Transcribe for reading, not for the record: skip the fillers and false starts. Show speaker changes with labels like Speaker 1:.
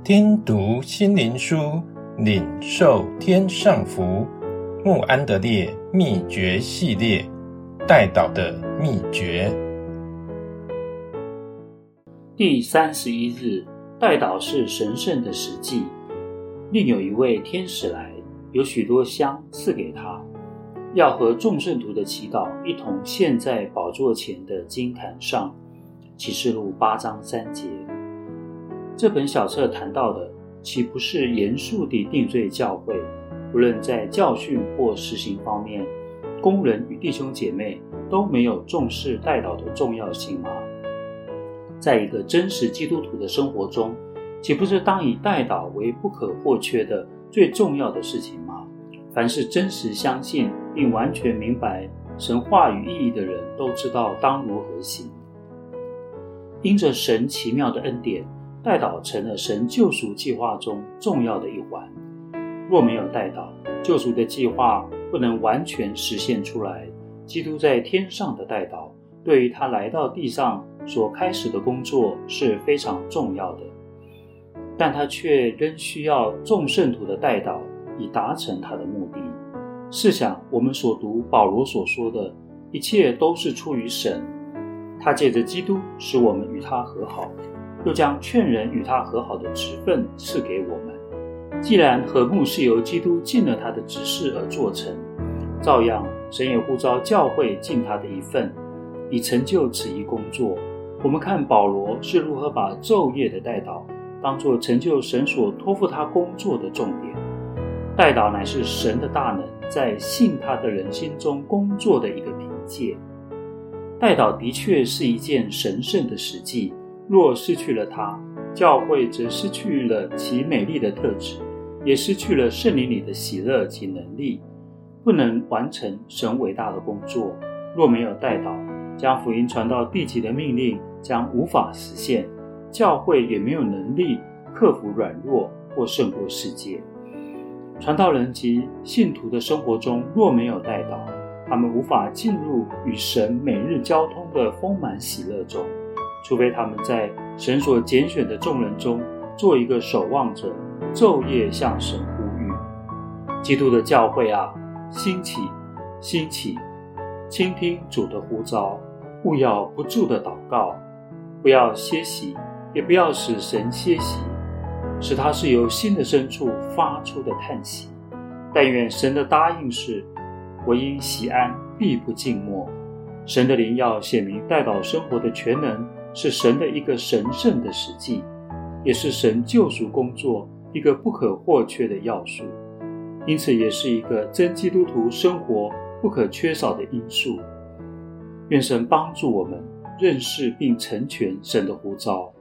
Speaker 1: 听读心灵书，领受天上福。慕安德烈秘诀系列，代祷的秘诀。
Speaker 2: 第31日，代祷是神圣的实际。另有一位天使来，有许多香赐给他，要和众圣徒的祈祷一同献在宝座前的金坛上。启示录8章3节。这本小册谈到的，岂不是严肃地定罪教会，无论在教训或实行方面，工人与弟兄姐妹都没有重视代祷的重要性吗？在一个真实基督徒的生活中，岂不是当以代祷为不可或缺的最重要的事情吗？凡是真实相信并完全明白神话语意义的人，都知道当如何行。因着神奇妙的恩典，代祷成了神救赎计划中重要的一环。若没有代祷，救赎的计划不能完全实现出来。基督在天上的代祷，对于他来到地上所开始的工作是非常重要的，但他却仍需要众圣徒的代祷，以达成他的目的。试想，我们所读保罗所说的，一切都是出于神，他借着基督使我们与他和好，又将劝人与他和好的职分赐给我们。既然和睦是由基督尽了他的职事而做成，照样神也呼召教会尽他的一份，以成就此一工作。我们看保罗是如何把昼夜的代祷当作成就神所托付他工作的重点。代祷乃是神的大能在信他的人心中工作的一个凭借。代祷的确是一件神圣的实际，若失去了它，教会则失去了其美丽的特质，也失去了圣灵里的喜乐及能力，不能完成神伟大的工作。若没有代祷，将福音传到地极的命令将无法实现，教会也没有能力克服软弱或胜过世界。传道人及信徒的生活中若没有代祷，他们无法进入与神每日交通的丰满喜乐中，除非他们在神所拣选的众人中做一个守望者，昼夜向神呼吁。基督的教会啊，兴起，兴起，倾听主的呼召，务要不住的祷告，不要歇息，也不要使神歇息，使他是由心的深处发出的叹息。但愿神的答应是，我因喜安，必不静默。神的灵要显明代祷生活的全能，是神的一个神圣的实际，也是神救赎工作一个不可或缺的要素，因此也是一个真基督徒生活不可缺少的因素。愿神帮助我们认识并成全神的呼召。